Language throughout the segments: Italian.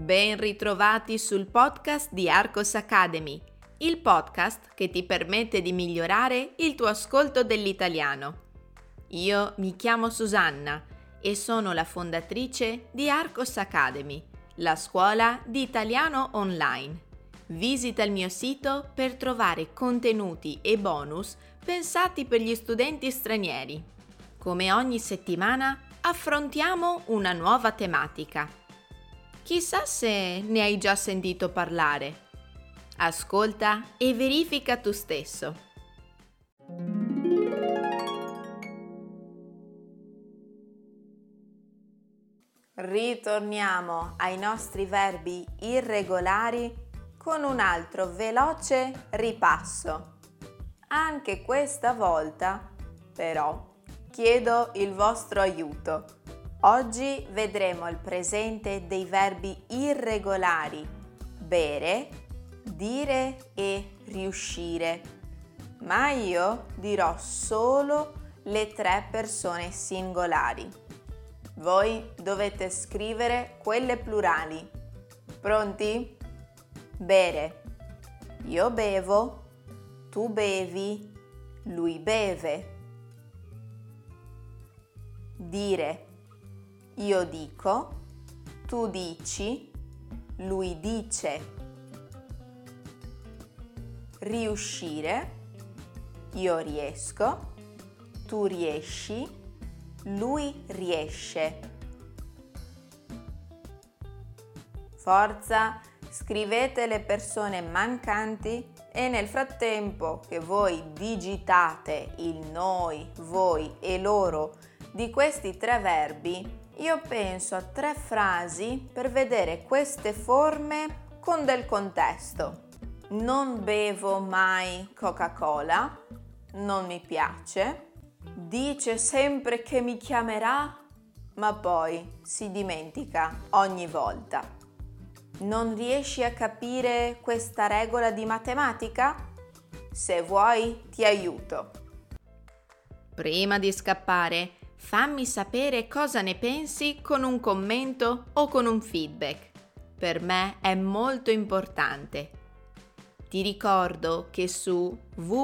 Ben ritrovati sul podcast di Arcos Academy, il podcast che ti permette di migliorare il tuo ascolto dell'italiano. Io mi chiamo Susanna e sono la fondatrice di Arcos Academy, la scuola di italiano online. Visita il mio sito per trovare contenuti e bonus pensati per gli studenti stranieri. Come ogni settimana affrontiamo una nuova tematica. Chissà se ne hai già sentito parlare. Ascolta e verifica tu stesso. Ritorniamo ai nostri verbi irregolari con un altro veloce ripasso. Anche questa volta, però, chiedo il vostro aiuto. Oggi vedremo il presente dei verbi irregolari bere, dire e riuscire, ma io dirò solo le 3 persone singolari. Voi dovete scrivere quelle plurali. Pronti? Bere. Io bevo, tu bevi, lui beve. Dire. Io dico, tu dici, lui dice. Riuscire. Io riesco, tu riesci, lui riesce. Forza, scrivete le persone mancanti e nel frattempo che voi digitate il noi, voi e loro di questi 3 verbi, io penso a 3 frasi per vedere queste forme con del contesto. Non bevo mai Coca-Cola, non mi piace. Dice sempre che mi chiamerà, ma poi si dimentica ogni volta. Non riesci a capire questa regola di matematica? Se vuoi, ti aiuto. Prima di scappare, fammi sapere cosa ne pensi con un commento o con un feedback. Per me è molto importante. Ti ricordo che su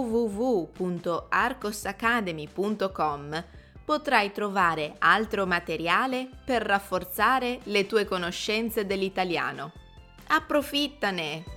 www.arcosacademy.com potrai trovare altro materiale per rafforzare le tue conoscenze dell'italiano. Approfittane!